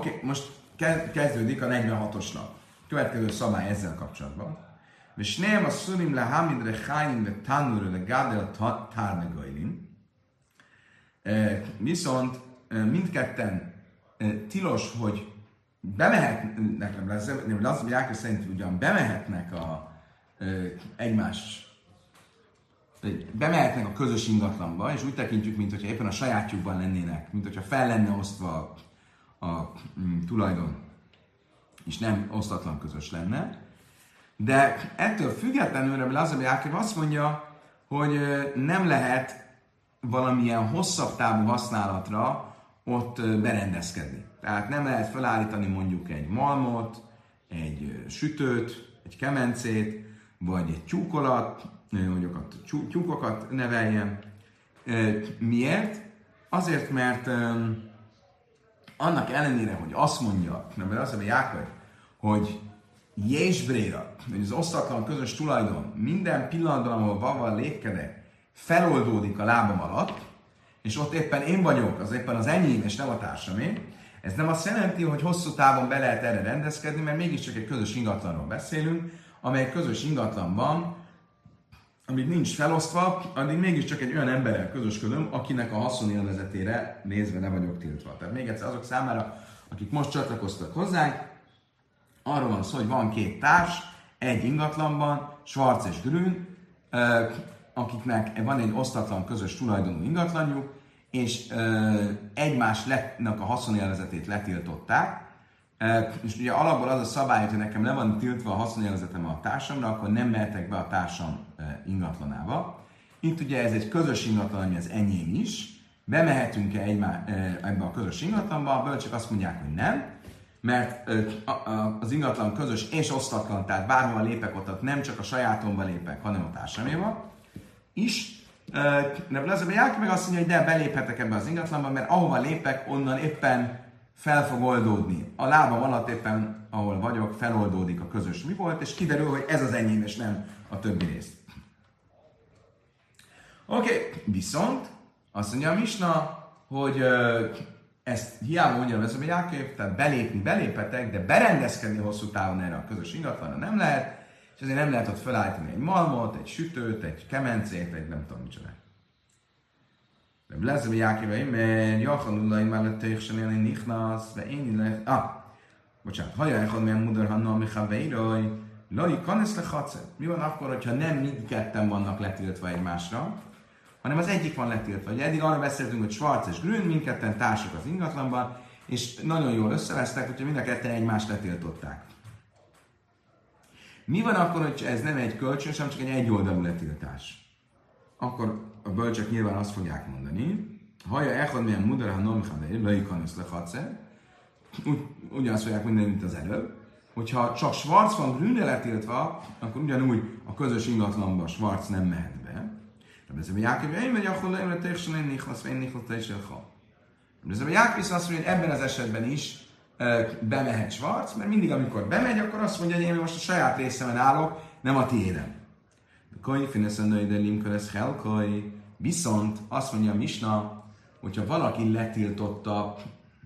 Oké, most kezdődik a 46-osnak. Következő szabály ezzel kapcsolatban. És nem a szurim le hamidre chájim le tanúra le gádel tárnegailim. Viszont mindketten tilos, hogy bemehetnek, nem Lazar Jákov szerint ugyan bemehetnek bemehetnek a közös ingatlanba, és úgy tekintjük, mintha éppen a sajátjukban lennének, mintha fel lenne osztva a tulajdon, és nem osztatlan közös lenne. De ettől függetlenül Lazar Jákov azt mondja, hogy nem lehet valamilyen hosszabb távú használatra ott berendezkedni. Tehát nem lehet felállítani mondjuk egy malmot, egy sütőt, egy kemencét, vagy egy tyúkolat, hogy tyúkokat neveljen. Miért? Azért, mert annak ellenére, hogy azt mondja, mert azt mondja Jákov, hogy Jésbréra, hogy az osztatlan közös tulajdon minden pillanatban, ahol vaval lépkedek, feloldódik a lábam alatt, és ott éppen én vagyok, az éppen az enyém, és nem a társamé. Ez nem azt jelenti, hogy hosszú távon be lehet erre rendezkedni, mert mégiscsak egy közös ingatlanról beszélünk, amely közös ingatlanban, amíg nincs felosztva, addig mégiscsak egy olyan emberrel közösködöm, akinek a haszonélvezetére nézve nem vagyok tiltva. Tehát még egyszer azok számára, akik most csatlakoztak hozzánk, arról van szó, hogy van két társ, egy ingatlanban, Schwarz és Grün, akiknek van egy osztatlan közös tulajdonú ingatlanjuk, és egymásnak a haszonélvezetét letiltották, és ugye alapból az a szabály, hogy nekem le van tiltva a haszonélvezetem a társamra, akkor nem mehetek be a társam ingatlanába. Itt ugye ez egy közös ingatlan, ami az enyém is. Bemehetünk-e ebbe a közös ingatlanba? A bölcsök azt mondják, hogy nem, mert az ingatlan közös és osztatlan, tehát bárhol lépek ott nem csak a sajátomba lépek, hanem a társaméba is. De Lazar Jákov meg azt mondja, hogy de beléphetek ebbe az ingatlanba, mert ahova lépek, onnan éppen fel fog oldódni. A lábam alatt éppen, ahol vagyok, feloldódik a közös mi volt, és kiderül, hogy ez az enyém, és nem a többi rész. Oké, viszont azt mondja a Misna, hogy ezt hiába mondja a Lazar Jákov, tehát beléphetek, de berendezkedni hosszú távon erre a közös ingatlanra nem lehet, és ezért nem lehet ott felállítani egy malmot, egy sütőt, egy kemencét, egy nem tudom micsoda. De Lazar Jákov, mert Jachanullai már lettéksen élni nichnasz, de én illet... Bocsánat, haja echad milyen mudar hanna, micha beiraj, lai kanesz lechace. Mi van akkor, hogyha nem mindketten vannak letiltva egymásra, hanem az egyik van letiltva. Ugye eddig arra beszéltünk, hogy Schwarz és Grün, mindketten társak az ingatlanban, és nagyon jól összevesztek, hogyha mind a ketten egymást letiltották. Mi van akkor, hogy ez nem egy kölcsönös, hanem csak egy egyoldalú letiltás? Akkor a bölcsök nyilván azt fogják mondani, haja echad milyen mudar, ha nom chaveir, laikan össz lechatszer, ugyanazt fogják mondani, mint az előbb, hogyha csak Schwarz van Grünre letiltva, akkor ugyanúgy a közös ingatlanban Schwarz nem mehet be. De ez a Jákov, én megy, akkor leimre teljesen én nihlasz, én nihlasz teljesen ha. De ez a Jákov azt mondja, hogy ebben az esetben is bemehet Schwarz, mert mindig, amikor bemegy, akkor azt mondja, hogy én most a saját részemen állok, nem a tiédem. Viszont azt mondja a Misna, hogyha valaki letiltotta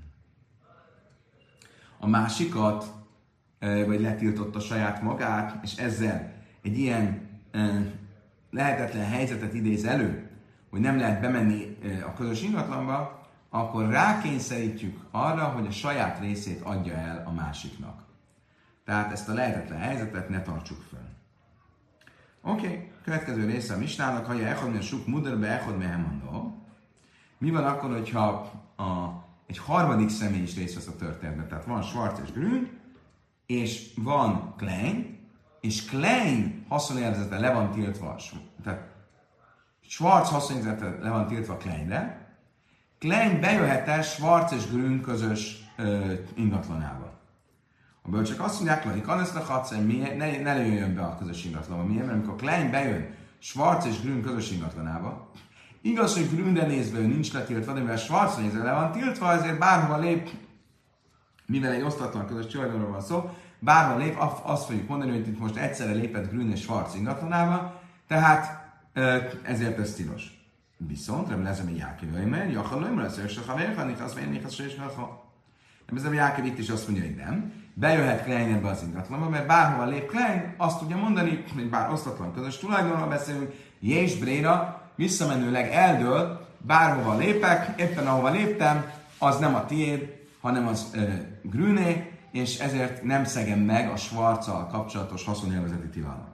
a másikat, vagy letiltotta saját magát, és ezzel egy ilyen lehetetlen helyzetet idéz elő, hogy nem lehet bemenni a közös ingatlanba, akkor rákényszerítjük arra, hogy a saját részét adja el a másiknak. Tehát ezt a lehetetlen helyzetet ne tartsuk fel. Oké, következő része a Misnának, ha echod a suk muderbe, echod mehemandó. Mi van akkor, hogyha egy harmadik személy is részt vesz a történetben? Tehát van Schwarz és Grün, és van Klein, és Klein haszonélvezete le van tiltva, tehát Schwarz haszonélvezete le van tiltva Kleinre, Klein bejöhet-e Schwarz és Grün közös ingatlanába? A bölcsök azt mondják, hogy ne jöjjön be a közös ingatlanba. Miért? Mert amikor Klein bejön Schwarz és Grün közös ingatlanába, igaz, hogy Grünre nézve ő nincs letiltva, de mivel Schwarz nézve le van tiltva, ezért bárhova lép, mivel egy osztatlan közös tulajdonról van szó, bárhol lép, azt fogjuk mondani, hogy itt most egyszerre lépett Grün és Schwarz ingatlanába, tehát ezért ez tilos. Viszont, remélem ez a mi Jákov, mert Jachalom lesz, és a Haverchanik, azt mondja, hogy Ez a Jákob itt is azt mondja, hogy nem. Bejöhet Klein ebbe az ingatlanba, mert bárhova lép Klein, azt tudja mondani, hogy bár osztatlan közös tulajdonról beszélünk, Jés Bréra visszamenőleg eldől, bárhova lépek, éppen ahova léptem, az nem a tiéd, hanem az Grüné, és ezért nem szegem meg a Schwarzzal kapcsolatos haszonélvezeti tilalmat.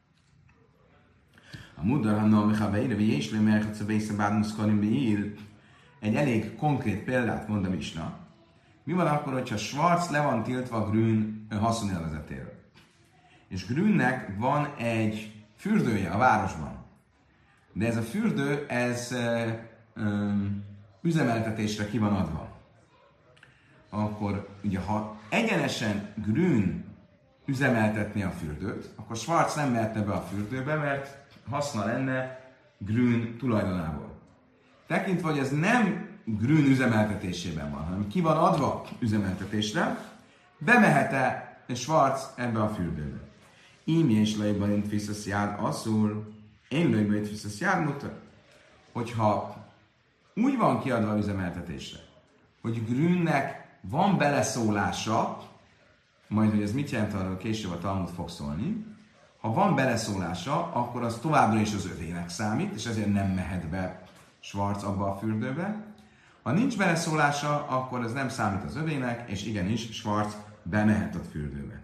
A Mudarhanna Mechabeire, vagy Jéslő Merchatsz a Bésze Bármuszkarim Beír, egy elég konkrét példát mond a Misna. Mi van akkor, hogyha Schwarz le van tiltva Grün haszonélvezetéről? És Grünnek van egy fürdője a városban. De ez a fürdő, ez üzemeltetésre ki van adva. Akkor ugye, ha egyenesen Grün üzemeltetné a fürdőt, akkor Schwarz nem mehetne be a fürdőbe, mert haszna lenne Grün tulajdonából. Tekintve, hogy ez nem Grün üzemeltetésében van, hanem ki van adva üzemeltetésre, bemehet-e Schwarz ebbe a fürdőbe. Ím és lejjbenint visszasz jád asszul, én lejjben itt visszasz jád mutat. Hogyha úgy van kiadva üzemeltetésre, hogy Grünnek van beleszólása, majd hogy ez mit jelent, arról később a Talmud fog szólni, ha van beleszólása, akkor az továbbra is az övének számít, és ezért nem mehet be Schwarz abba a fürdőbe. Ha nincs beleszólása, akkor ez nem számít az övének, és igenis Schwarz bemehet a fürdőbe.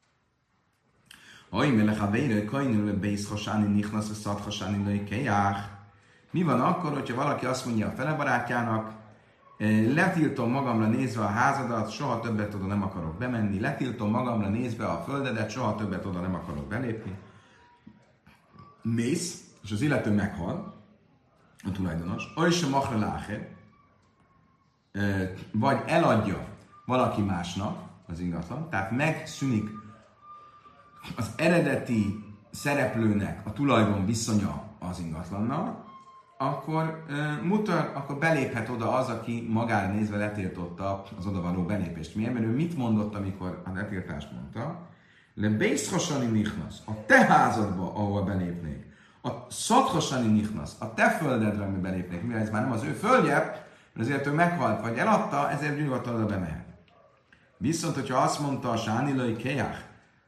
Mi van akkor, hogyha valaki azt mondja a felebarátjának, letiltom magamra nézve a házadat, soha többet oda nem akarok bemenni, letiltom magamra nézve a földedet, soha többet oda nem akarok belépni. Mész, és az illető meghal, a tulajdonos, olyse machra láhe, vagy eladja valaki másnak az ingatlan, tehát megszűnik az eredeti szereplőnek a tulajdon viszonya az ingatlannal, akkor beléphet oda az, aki magára nézve letiltotta az odavaló belépést. Miért? Mert ő mit mondott, amikor a letiltást mondta? Le bészhasani nichnasz, a te házadba, ahol belépnék. A szadhasani nichnasz, a te földedre, ami belépnék. Mivel ez már nem az ő földje, mert azért ő meghalt, vagy eladta, ezért nyugodtan oda bemehet. Viszont, hogyha azt mondta a sánilai kejach,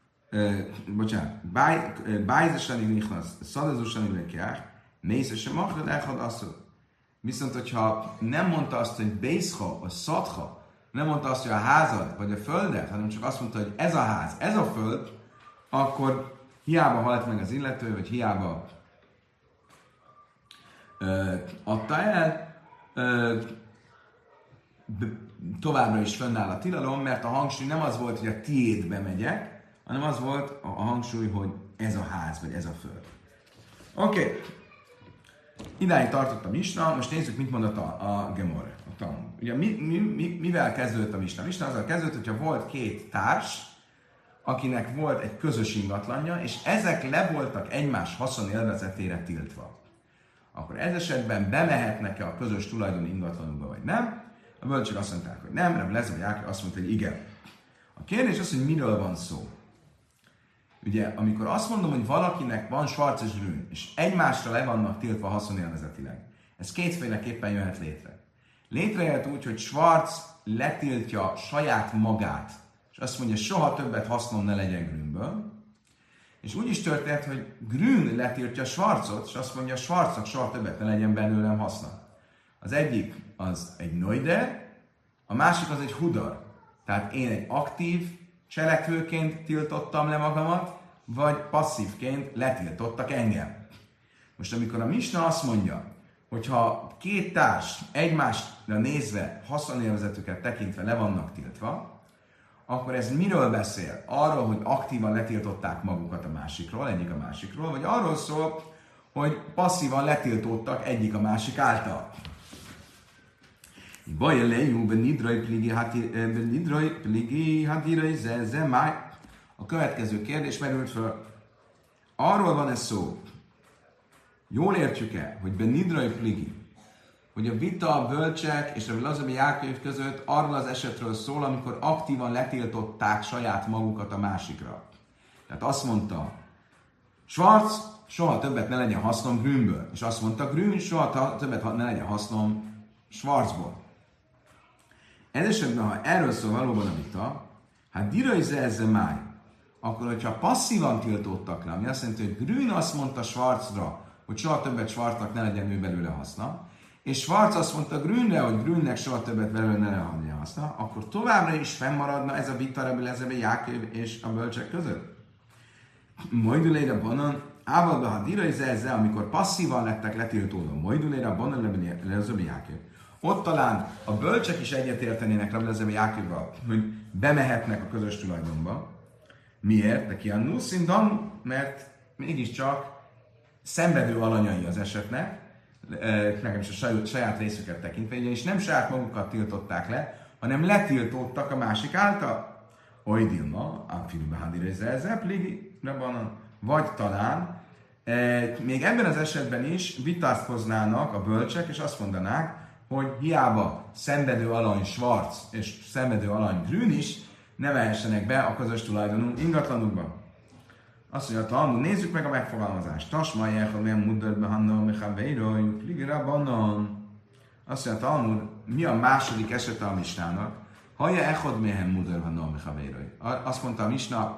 bájzasani nichnasz, szadazusani kejach, mész sem mahrad elhad asszul. Viszont, hogyha nem mondta azt, hogy bészha, vagy szadha, nem mondta azt, hogy a házad, vagy a földet, hanem csak azt mondta, hogy ez a ház, ez a föld, akkor hiába halt meg az illető, vagy hiába adta el, továbbra is fönnáll a tilalom, mert a hangsúly nem az volt, hogy a tiédbe megyek, hanem az volt a hangsúly, hogy ez a ház, vagy ez a föld. Oké. Idáig tartott a Misna, most nézzük, mit mondott a Gemara, a Talmud. Ugye mivel kezdődött a Misna? A Misna azzal kezdődött, hogyha volt két társ, akinek volt egy közös ingatlanja, és ezek le voltak egymás haszonélvezetére tiltva. Akkor ez esetben bemehetnek-e a közös tulajdoni ingatlanukba, vagy nem? A bölcsök azt mondták, hogy nem, Reb Eliezer Jákob azt mondta, hogy igen. A kérdés az, hogy miről van szó. Ugye, amikor azt mondom, hogy valakinek van Schwarz és Grün, és egymásra le vannak tiltva haszonélvezetileg, ez kétféleképpen jöhet létre. Létrejöhet úgy, hogy Schwarz letiltja saját magát, és azt mondja, soha többet hasznom ne legyen Grünből, és úgy is történt, hogy Grün letiltja Schwarzot, és azt mondja, Schwarznak soha többet ne legyen belőlem haszna. Az egyik az egy noider, a másik az egy hudar. Tehát én egy aktív cselekvőként tiltottam le magamat, vagy passzívként letiltottak engem. Most amikor a Misna azt mondja, hogyha két társ egymásra nézve haszonélvezetüket tekintve le vannak tiltva, akkor ez miről beszél? Arról, hogy aktívan letiltották magukat a másikról, egyik a másikról, vagy arról szól, hogy passzívan letiltottak egyik a másik által. Baj lejú, benidrai pligi hadirai zemáj. A következő kérdés merült föl. Arról van ez szó, jól értjük-e, hogy benidrai pligi, hogy a vita a bölcsek és a Lazabi Jákob között arról az esetről szól, amikor aktívan letiltották saját magukat a másikra. Tehát azt mondta, Schwarz, soha többet ne legyen hasznom Grünből. És azt mondta, Grün, soha többet ne legyen hasznom Schwarzból. Ez esetben, ha erről szól valóban a vita, hát dirajze ezzel máj, akkor, hogyha passzívan tiltódtak le, ami azt jelenti, hogy Grün azt mondta Schwarzra, hogy soha többet Schwarznak ne legyen ő belőle haszna, és Schwarz azt mondta Grünre, hogy Grünnek soha többet belőle ne legyen haszna, akkor továbbra is fennmaradna ez a vita Rabbi Eliezer Jákob és a bölcsek között. Mojdulére banan, ávalda ha dirajze ezzel, amikor passzívan lettek letiltódva, mojdulére banan Rabbi Eliezer Jákob. Ott talán a bölcsek is egyetértenének Rabbi Eliezer Jákobbal, hogy bemehetnek a közös tulajdonba. Miért? De ki a nuszindam, mert mégiscsak szenvedő alanyai az esetnek, legalábbis a saját részüket tekintve, és nem saját magukat tiltották le, hanem letiltottak a másik által. Ojdilma, a filmbehádírezzel, pligi, vagy talán még ebben az esetben is vitázkoznának a bölcsek, és azt mondanák, hogy hiába szenvedő alany Schwarz és szenvedő alany Grün is ne vehessenek be a közös tulajdonú ingatlanukba. Azt mondja, Talmud, nézzük meg a megfogalmazást. Tasmajjel, hogy milyen mudderbe hannal, mechaveiroj, pligira banan. Azt mondja, Talmud, mi a második esete a misnának? Hallja echod méhem mudderbe hannal, mechaveiroj. Azt mondta a misna,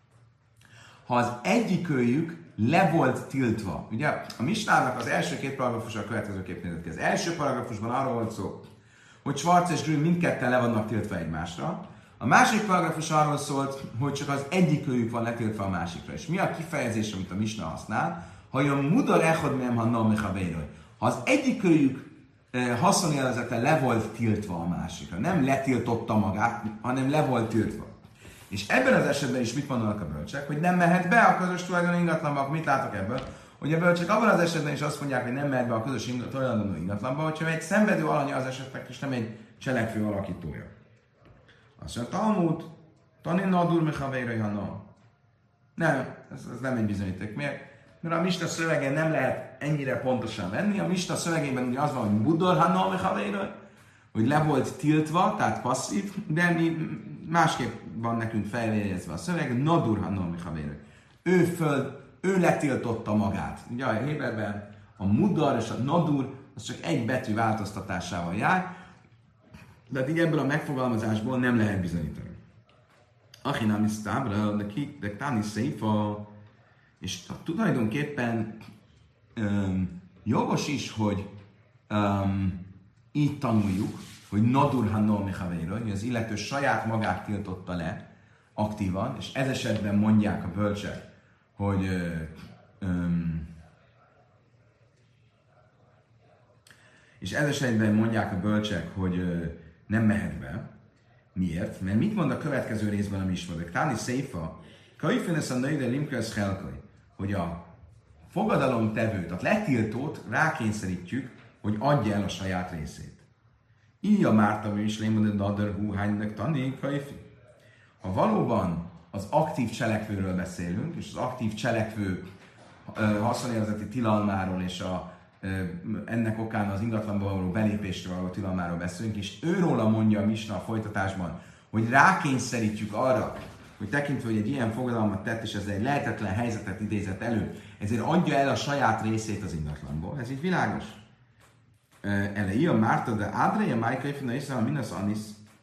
ha az egyikőjük le volt tiltva. Ugye a misnának az első két paragrafusra a következőképp nézett ki. Az első paragrafusban arról volt szó, hogy Schwarz és Grün mindketten le vannak tiltva egymásra. A másik paragrafus arról szólt, hogy csak az egyikőjük van letiltva a másikra. És mi a kifejezés, amit a misna használ? Ha jön mudar echod mém hannal mechaveiroj. Ha az egyikőjük haszonélvezete le volt tiltva a másikra, nem letiltotta magát, hanem le volt tiltva. És ebben az esetben is mit mondanak a bölcsek, hogy nem mehet be a közös tulajdonú ingatlanba, mit látok ebből? Hogy a bölcsek abban az esetben is azt mondják, hogy nem mehet be a közös tulajdonú ingatlanba, hogyha egy szenvedő alanya az esetnek, és nem egy cselekvő alakítója. Azt mondja, Talmud, tanin nadur mechaveiroj hannal. Nem, ez nem egy bizonyíték. Miért? Mert a misna szövegen nem lehet ennyire pontosan venni. A misna szövegében ugye az van, hogy mudor hannal mechaveiroj, hogy le volt tiltva, tehát passzív, de mi másképp van nekünk feljegyezve a szöveg, nadur hannal mechaveiroj. Ő letiltotta magát. Ugye a Héberben a mudar és a nadur az csak egy betű változtatásával jár, de így ebből a megfogalmazásból nem lehet bizonyítani. Achinám is tábra, de táni széfa, és tulajdonképpen jogos is, hogy így tanuljuk, hogy nadur hannol mechaveiroj, hogy az illető saját magát tiltotta le aktívan, és ez esetben mondják a bölcsek, hogy nem mehet be. Miért? Mert mit mond a következő részben a mismodek? Táni széfa, kajfenesz a nőide limköz helkaj, hogy a fogadalomtevőt, a letiltót rákényszerítjük, hogy adja el a saját részét. Így a Márta is lémondott dader húhánynak tanék kajfi. Ha valóban az aktív cselekvőről beszélünk, és az aktív cselekvő haszonélvezeti tilalmáról és ennek okán az ingatlanba való belépésre való tilalmáról beszélünk, és őróla mondja a misna a folytatásban, hogy rákényszerítjük arra, hogy tekintve, hogy egy ilyen fogadalmat tett, és ez egy lehetetlen helyzetet idézett elő, ezért adja el a saját részét az ingatlanból. Ez így világos. Elejé a Márta, de Ádreja Májkaifina Iszrán Minasz Anis,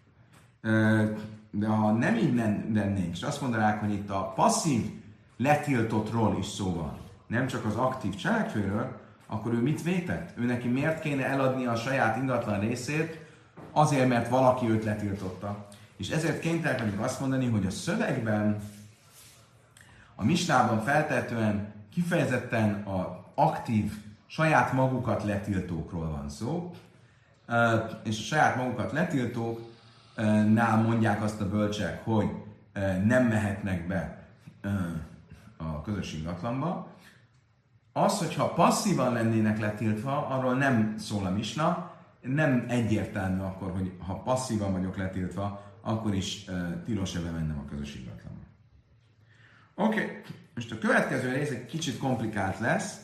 de ha nem így lennénk, és azt mondanák, hogy itt a passzív letiltottról is szó van, nem csak az aktív cselekvőről, akkor ő mit vétett? Ő neki miért kéne eladnia a saját ingatlan részét? Azért, mert valaki őt letiltotta. És ezért kénytelenek azt mondani, hogy a szövegben, a misnában feltehetően kifejezetten az aktív, saját magukat letiltókról van szó, és a saját magukat letiltóknál mondják azt a bölcsek, hogy nem mehetnek be a közös ingatlanba. Az, hogyha passzívan lennének letiltva, arról nem szól a misna, nem egyértelmű akkor, hogy ha passzívan vagyok letiltva, akkor is tilos-e bemennem a közös ingatlanba. Oké, most a következő rész egy kicsit komplikált lesz,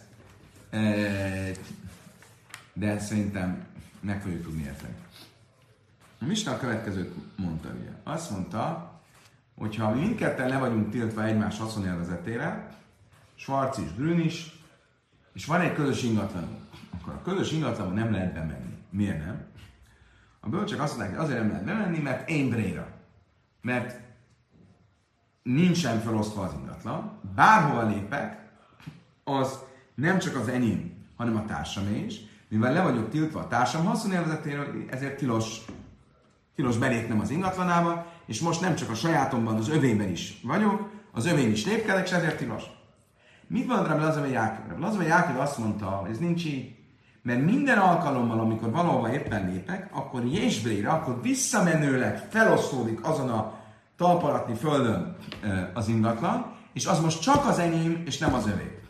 de szerintem meg fogjuk tudni érteni. A misna a következőt mondta, ugye. Azt mondta, hogy ha mi mindketten le vagyunk tiltva egymás haszonélvezetére, Schwarz is, Grün is, és van egy közös ingatlanunk, akkor a közös ingatlanba nem lehet bemenni. Miért nem? A bölcsek azt mondják, hogy azért nem lehet bemenni, mert én bréra. Mert nincsen felosztva az ingatlan. Bárhova lépek, az nem csak az enyém, hanem a társamé is. Mivel le vagyok tiltva a társam haszonélvezetéről, ezért tilos belépnem az ingatlanába, és most nem csak a sajátomban, az övében is vagyok, az övén is lépkedek, és ezért tilos. Mit mond Rabbi Lazar ben Jákov? Rabbi Lazar ben Jákov azt mondta, hogy ez nincs így, mert minden alkalommal, amikor valahova éppen lépek, akkor jésbrére, akkor visszamenőleg felosztódik azon a talpalatni földön az ingatlan, és az most csak az enyém, és nem az övé.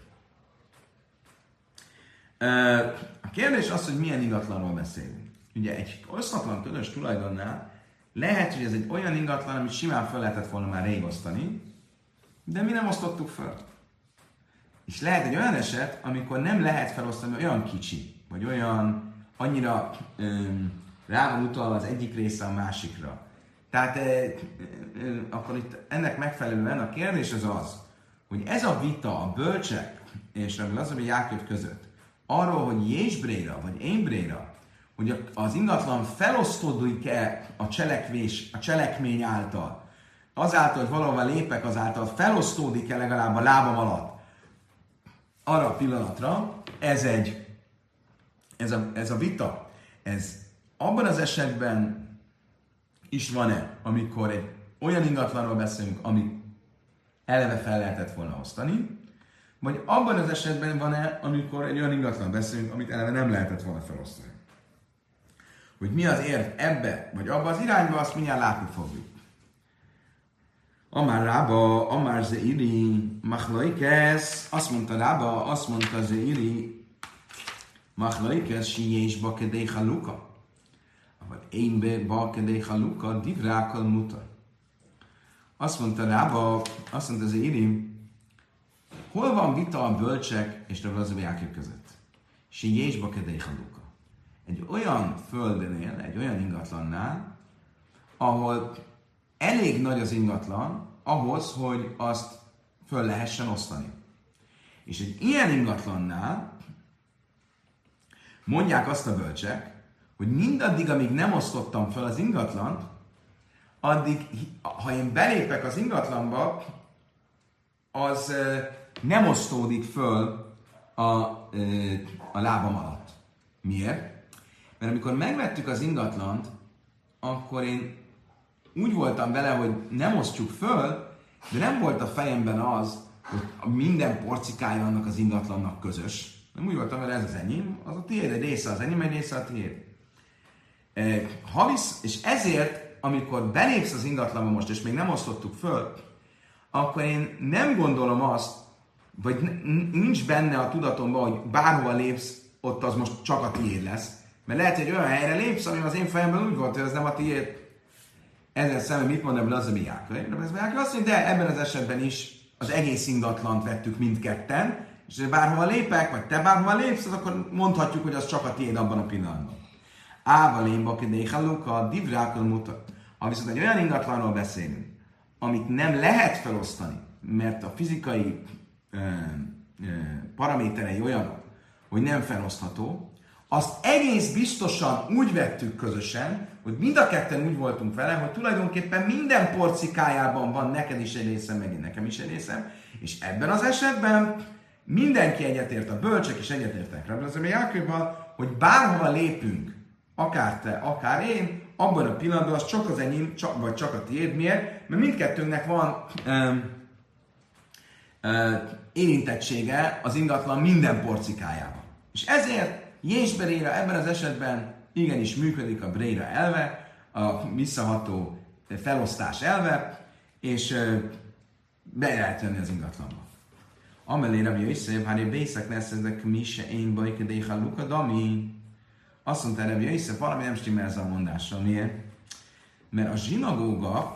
A kérdés az, hogy milyen ingatlanról beszélünk. Ugye egy osztatlan közös tulajdonnál lehet, hogy ez egy olyan ingatlan, amit simán fel lehetett volna már rég osztani, de mi nem osztottuk fel. És lehet egy olyan eset, amikor nem lehet felosztani, olyan kicsi, vagy olyan annyira rá van utalva az egyik része a másikra. Tehát akkor itt ennek megfelelően a kérdés az, hogy ez a vita a bölcsek és Rabbi Lazar ben Jákov között arról, hogy jésbréra vagy énbréra, hogy az ingatlan felosztódik-e a cselekmény által, azáltal, hogy valahova lépek, azáltal felosztódik-e legalább a lábam alatt arra a pillanatra, ez a vita, ez abban az esetben is van-e, amikor egy olyan ingatlanról beszélünk, amit eleve fel lehetett volna osztani, vagy abban az esetben van-e, amikor egy olyan ingatlan beszélünk, amit eleve nem lehetett volna felosztani. Hogy mi az érv ebbe, vagy abba az irányba, azt mindjárt látni fogjuk. Amár Rába, Amár Zeiri, Machlaikesz, azt mondta Rába, azt mondta Zeiri, Machlaikesz, Sijés Bakedei Haluka. Vagy én Bakedei Haluka, Divrákkal muta. Azt mondta Rába, azt mondta Zeiri, hol van vita a bölcsek és Rabbi Lazar ben Jákov között? Sijés Bakedei Haluka. Egy olyan földnél, egy olyan ingatlannál, ahol elég nagy az ingatlan ahhoz, hogy azt föl lehessen osztani. És egy ilyen ingatlannál mondják azt a bölcsek, hogy mindaddig, amíg nem osztottam föl az ingatlant, addig, ha én belépek az ingatlanba, az nem osztódik föl a lábam alatt. Miért? Mert amikor megvettük az ingatlant, akkor én úgy voltam vele, hogy nem osztjuk föl, de nem volt a fejemben az, hogy minden porcikája annak az ingatlannak közös. Nem úgy voltam vele, ez az enyém, az a tiéd, egy része az enyém, egy része a tiéd. És ezért, amikor belépsz az ingatlanba most, és még nem osztottuk föl, akkor én nem gondolom azt, vagy nincs benne a tudatomban, hogy bárhova lépsz, ott az most csak a tiéd lesz. Mert lehet, hogy olyan helyre lépsz, ami az én fejemben úgy volt, hogy ez nem a tiéd. Ezzel szemben mit mond Rabbi Lazar ben Jákov? Rabbi Lazar ben Jákov azt mondja, de ebben az esetben is az egész ingatlant vettük mindketten, és ha bárhova lépek, vagy te bárhova lépsz, az akkor mondhatjuk, hogy az csak a tiéd abban a pillanatban. Ával én bakedei haluka, divrákkal mutat. Ha viszont egy olyan ingatlanról beszélünk, amit nem lehet felosztani, mert a fizikai paraméterei olyanok, hogy nem felosztható, azt egész biztosan úgy vettük közösen, hogy mind a ketten úgy voltunk vele, hogy tulajdonképpen minden porcikájában van neked is egy részem, meg nekem is egy részem, és ebben az esetben mindenki egyetért, a bölcsek is egyetértek Rabbi Lazar ben Jákovval, hogy bárhova lépünk, akár te, akár én, abban a pillanatban az csak az enyém, vagy csak a tiéd. Miért? Mert mindkettőnknek van érintettsége az ingatlan minden porcikájában. És ezért jésberéra ebben az esetben igenis működik a bréra elve, a visszaható felosztás elve, és be lehet tenni az ingatlanba. Amelé Rabbi Yosef, hát én bészek lesz ezek mi se én bajkedei haluka dami. Azt mondta Rabbi Yosef, valami nem stimmel ezzel a mondással. Miért? Mert a zsinagóga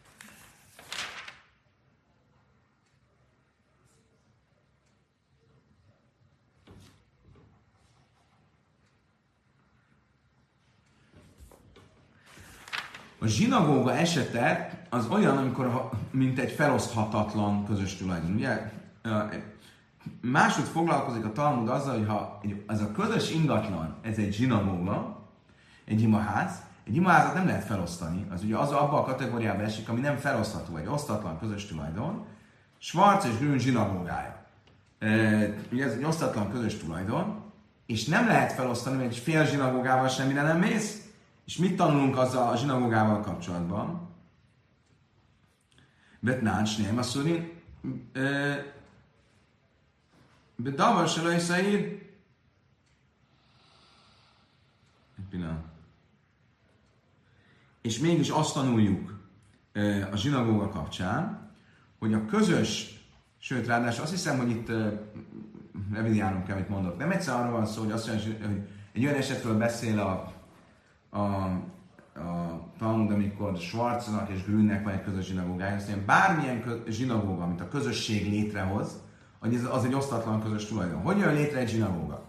esete az olyan, amikor, mint egy feloszthatatlan közös tulajdon. Ugye, máshogy foglalkozik a Talmud azzal, hogy ha ez a közös ingatlan, ez egy zsinagóga, egy imaház, egy imaházat nem lehet felosztani, az ugye abban a kategóriában esik, ami nem felosztható, egy osztatlan közös tulajdon, Schwarz és Grün zsinagógája. Ugye ez egy osztatlan közös tulajdon, és nem lehet felosztani, mert egy fél zsinagógával semmire nem mész. És mit tanulunk azzal a zsinagógával kapcsolatban? Betnáncs, nem, azt mondja, Bedavar se lejszaid. Egy pillanat. És mégis azt tanuljuk a zsinagóga kapcsán, hogy a közös, sőt, ráadásul azt hiszem, hogy itt revidiálnom kell, amit mondok. Nem egyszer arról van szó, hogy azt mondja, hogy egy olyan esetről beszél a Talmud, amikor Schwarznak és Grünnek van egy közös zsinagógája, azt mondja, bármilyen zsinagóga, amit a közösség létrehoz, hogy az egy osztatlan közös tulajdon. Hogy jön létre egy zsinagóga?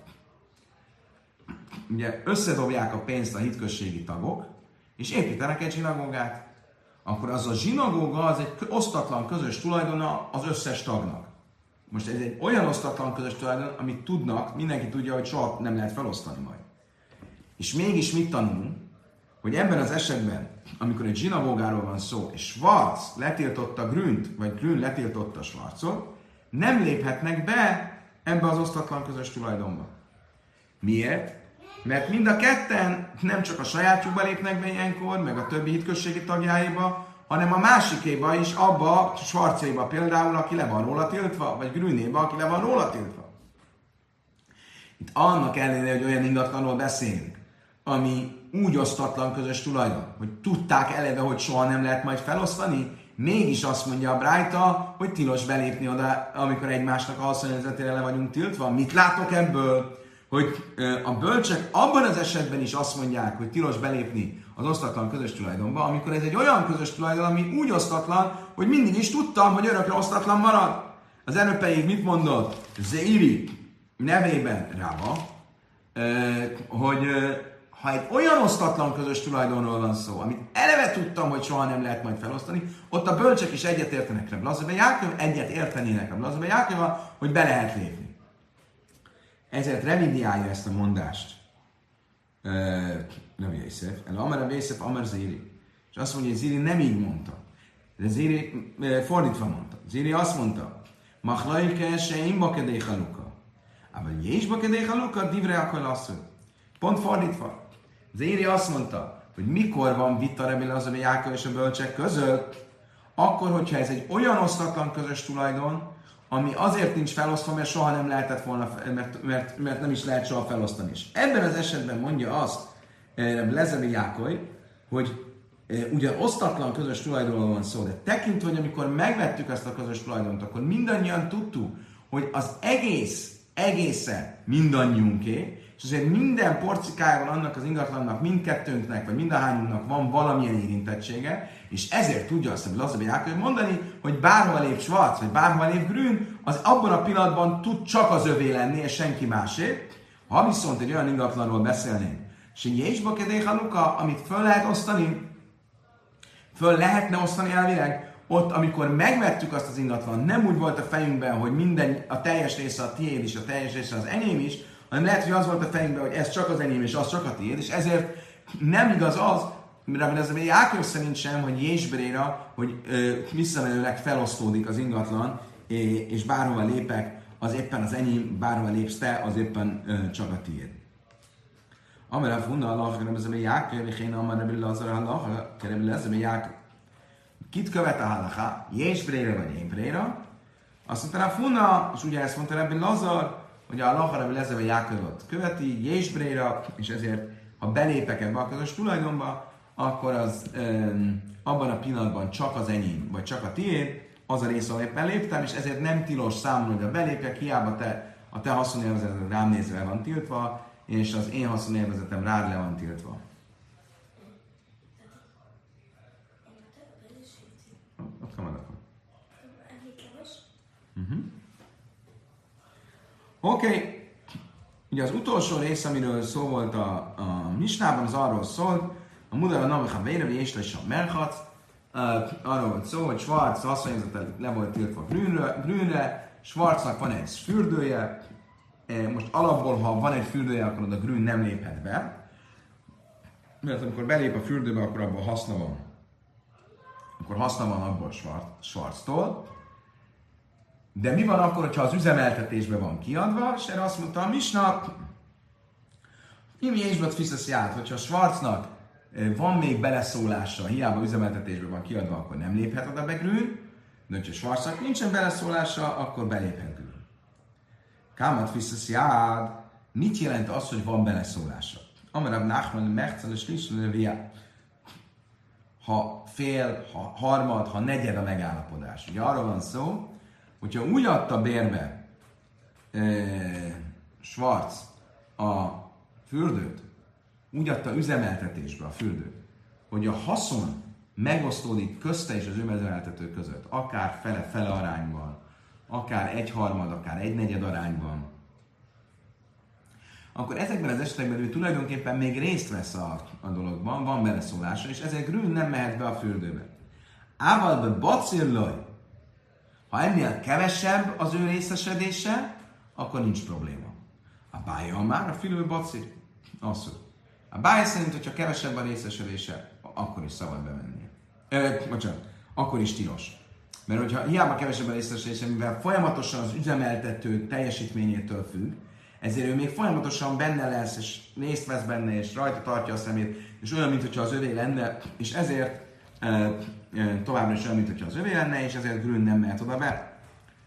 Ugye összedobják a pénzt a hitközségi tagok, és építenek egy zsinagógát. Akkor az a zsinagóga az egy osztatlan közös tulajdona az összes tagnak. Most ez egy olyan osztatlan közös tulajdon, amit tudnak, mindenki tudja, hogy soha nem lehet felosztani majd. És mégis mit tanulunk? Hogy ebben az esetben, amikor egy zsinagógáról van szó, és Schwarz letiltotta Grünt, vagy Grün letiltotta Schwarzot, nem léphetnek be ebbe az osztatlan közös tulajdonba. Miért? Mert mind a ketten nem csak a sajátjukba lépnek be ilyenkor, meg a többi hitközségi tagjáiba, hanem a másikéba is, abba, Schwarzéba például, aki le van róla tiltva, vagy Grünéba, aki le van róla tiltva. Itt annak ellenére, hogy olyan ingatlanról beszélünk, ami úgy osztatlan közös tulajdon, hogy tudták eleve, hogy soha nem lehet majd felosztani, mégis azt mondja a Brájta, hogy tilos belépni oda, amikor egymásnak alszonyvezetére le vagyunk tiltva. Mit látok ebből? Hogy a bölcsek abban az esetben is azt mondják, hogy tilos belépni az osztatlan közös tulajdonba, amikor ez egy olyan közös tulajdon, ami úgy osztatlan, hogy mindig is tudtam, hogy örökre osztatlan marad. Az előbb pedig mit mondott? Zeiri nevében Rába, hogy ha egy olyan osztatlan közös tulajdonról van szó, amit eleve tudtam, hogy soha nem lehet majd felosztani, ott a bölcsek is egyetértenek Reb Lazar ben Jákov, egyetértenének Reb Lazar ben Jákov, hogy be lehet lépni. Ezért revidiálja ezt a mondást Rav Yosef, Amar Rav Yosef, Amar Ziri. És azt mondja, hogy Ziri nem így mondta. De Ziri fordítva mondta. Ziri azt mondta, Machlaike se imba kedé haluka. Ával jésba kedé haluka, divre akar lasszul. Pont fordítva. Zéri azt mondta, hogy mikor van vita Rebbi Lazar ben Jákov és a bölcsek között, akkor, hogyha ez egy olyan osztatlan közös tulajdon, ami azért nincs felosztva, mert soha nem lehetett volna, mert nem is lehet soha felosztani. És ebben az esetben mondja azt Rebbi Lazar ben Jákov, hogy ugyan osztatlan közös tulajdonról van szó, de tekintve, hogy amikor megvettük ezt a közös tulajdont, akkor mindannyian tudtuk, hogy az egészen mindannyiunké, és azért minden porcikájában annak az ingatlannak, mindkettőnknek, vagy mindahányunknak van valamilyen érintettsége, és ezért tudja azt, hogy Lazar ben Jákov mondani, hogy bárhova lép Schwarz, vagy bárhova lép Grün, az abban a pillanatban tud csak az övé lenni, és senki másé. Ha viszont egy olyan ingatlanról beszélnénk, és egy jésba kedé haluka, amit föl lehet osztani, föl lehetne osztani elvileg, ott, amikor megvettük azt az ingatlan, nem úgy volt a fejünkben, hogy minden, a teljes része a tiéd is, a teljes része az enyém is, hanem lehet, hogy az volt a fejünkben, hogy ez csak az enyém és az csak a tiéd, és ezért nem igaz az, mert ez a Jákov szerint sem, hogy jésbréra, hogy visszamenőleg felosztódik az ingatlan, és bárhova lépek, az éppen az enyém, bárhova lépsz te, az éppen csak a tiéd. Amara funna Allah, Rebbi Lazar ben Jákov, és én Amar Rebbi Lazar Allah, Rebbi Lazar ben Jákov. Kit követ a halacha? Jésbréra vagy énbréra? Azt mondta rá funna, és ugye ezt mondta Rebbi Lazar, hogy a Allah Rebbi Lazar ben Jákovot követi, jésbréra, és ezért, ha belépek ebbe a közös tulajdonba, akkor az abban a pillanatban csak az enyém, vagy csak a tiéd, az a rész, ahol éppen léptem, és ezért nem tilos számomra, hogy a belépjek, hiába a te haszonélvezeted rám nézve van tiltva, és az én haszonélvezetem rád le van tiltva. Ott van akkor. Oké. Ugye az utolsó rész, amiről szó volt a misnában, az arról szólt, a Mudara Namicha Vére, és lesz a Merchat, arról volt szó, hogy Schwarz haszonélvezete le volt tiltva Grünre, Schwarznak van egy fürdője, most alapból, ha van egy fürdője, akkor oda Grün nem léphet be. mert amikor belép a fürdőbe, akkor abban haszna van. Akkor haszna van abból a svarctól. De mi van akkor, hogyha az üzemeltetésben van kiadva, és erre azt mondta a Misna, mi is fiszesz ját, hogyha a svarcnak van még beleszólása, hiába üzemeltetésben van kiadva, akkor nem léphet oda be grün, de hogyha a svarcnak nincsen beleszólása, akkor beléphet grün. Kámat fiszesz jád, mit jelent az, hogy van beleszólása? Amarab Nachman Mechzel és Lisnövia. Ha fél, ha harmad, ha negyed a megállapodás. Ugye arról van szó, hogyha úgy adta bérbe Schwarz a fürdőt, úgy adta üzemeltetésbe a fürdőt, hogy a haszon megosztódik közte és az üzemeltető között, akár fele-fele arányban, akár egyharmad, akár egynegyed arányban, akkor ezekben az esetekben ő tulajdonképpen még részt vesz a dologban, van beleszólása, és ezért grün nem mehet be a fürdőbe. Ával be bacillaj, ha ennél kevesebb az ő részesedése, akkor nincs probléma. A bája már a filő bacil, asszul. A bája szerint, hogyha kevesebb a részesedése, akkor is szabad bemennie. Akkor is tilos. Mert hogyha hiába kevesebb a részesedése, mivel folyamatosan az üzemeltető teljesítményétől függ, ezért ő még folyamatosan benne lesz, és részt vesz benne, és rajta tartja a szemét, és olyan, mintha az övé lenne, és ezért továbbra is olyan, mintha az övé lenne, és ezért grün nem mehet oda be.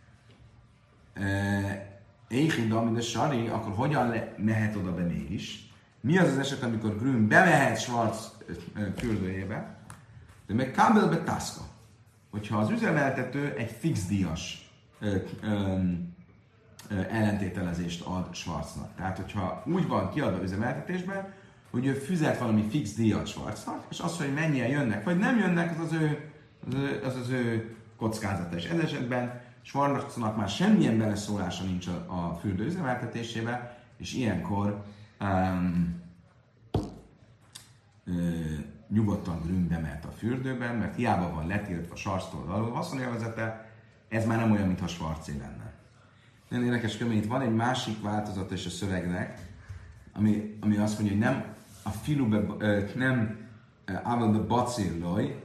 Éhidda, mint a sari, akkor hogyan mehet oda be mégis? Mi az az eset, amikor grün bemehet Schwarz fürdőjébe, de meg kábelbe taszka. Hogyha az üzemeltető egy fix díjas ellentételezést ad Schwarznak. Tehát, hogyha úgy van kiadva üzemeltetésben, hogy ő fizet valami fix díjat Schwarznak, és azt, hogy mennyien jönnek, vagy nem jönnek, az ő kockázata. És ez esetben Schwarznak már semmilyen beleszólása nincs a fürdő üzemeltetésébe, és ilyenkor nyugodtan grünbe mehet a fürdőben, mert hiába van letiltva Schwarztól való haszonélvezete, ez már nem olyan, mintha Schwarzé lenne. Nagyon érdekes kömény, itt van egy másik változata is a szövegnek, ami azt mondja, hogy nem a filube, nem ával a bacilloj,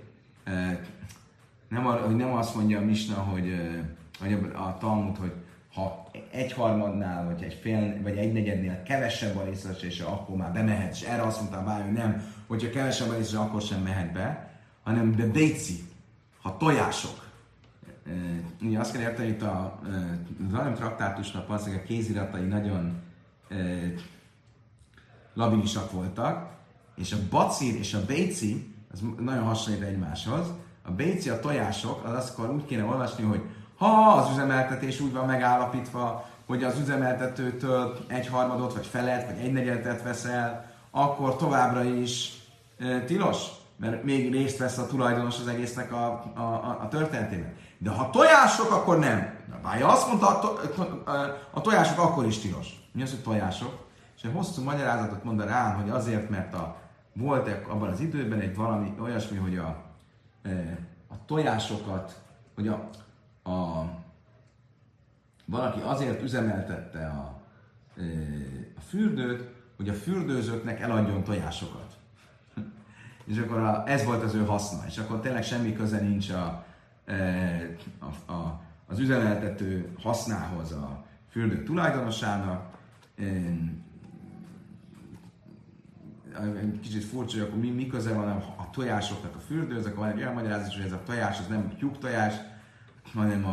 nem azt mondja a Misna, vagy a Talmud, hogy ha egyharmadnál, vagy egy fél, vagy egy negyednél kevesebb a részesedése, akkor már bemehet, és erre azt mondta a báj, hogy nem, hogyha kevesebb a részesedése, akkor sem mehet be, hanem de béci, ha tojások. Ugye azt kell érteni, hogy a Zalem traktátusnak valószínűleg a kéziratai nagyon labilisak voltak, és a bacil és a béci, az nagyon hasonlít egymáshoz. A béci, a tojások, az akkor úgy kéne olvasni, hogy ha az üzemeltetés úgy van megállapítva, hogy az üzemeltetőtől egyharmadot, vagy felet, vagy egynegyedet veszel, akkor továbbra is tilos, mert még részt vesz a tulajdonos az egésznek a történetében. De ha tojások, akkor nem. A bája azt mondta, a tojások akkor is tilos. Mi az, hogy tojások? És egy hosszú magyarázatot mond rá, hogy azért, mert volt abban az időben egy valami olyasmi, hogy a tojásokat, hogy valaki azért üzemeltette a fürdőt, hogy a fürdőzőknek eladjon tojásokat. És akkor ez volt az ő haszna. És akkor tényleg semmi köze nincs az üzemeltető hasznához a fürdő tulajdonosának. Kicsit furcsa, hogy akkor mi köze van a tojásoknak a fürdőhöz, akkor van egy olyan magyarázat, hogy ez a tojás az nem tyúk tojás, hanem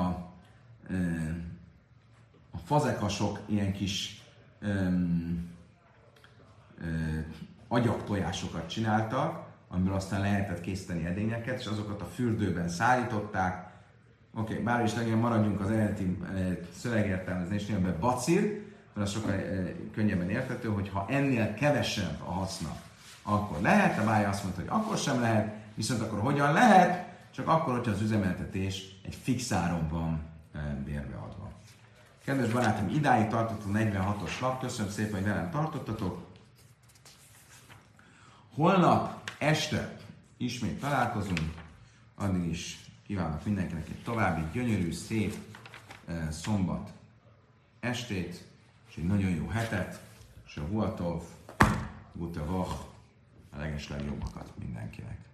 a fazekasok ilyen kis agyak tojásokat csináltak, amiből aztán lehetett készíteni edényeket, és azokat a fürdőben szállították. Oké, bár is legyen maradjunk az eredeti szövegértelmezésnél, ebben bacil, mert az sokkal könnyebben érthető, hogy ha ennél kevesebb a haszna, akkor lehet, a bája azt mondta, hogy akkor sem lehet, viszont akkor hogyan lehet? Csak akkor, hogyha az üzemeltetés egy fix áron van bérbeadva. Kedves barátom, idáig tartott a 46-os lap, köszönöm szépen, hogy velem tartottatok. Holnap este ismét találkozunk, addig is kívánok mindenkinek egy további gyönyörű, szép szombat estét, és egy nagyon jó hetet, és a Huatov, Gute Woche, a legeslegjobbakat mindenkinek.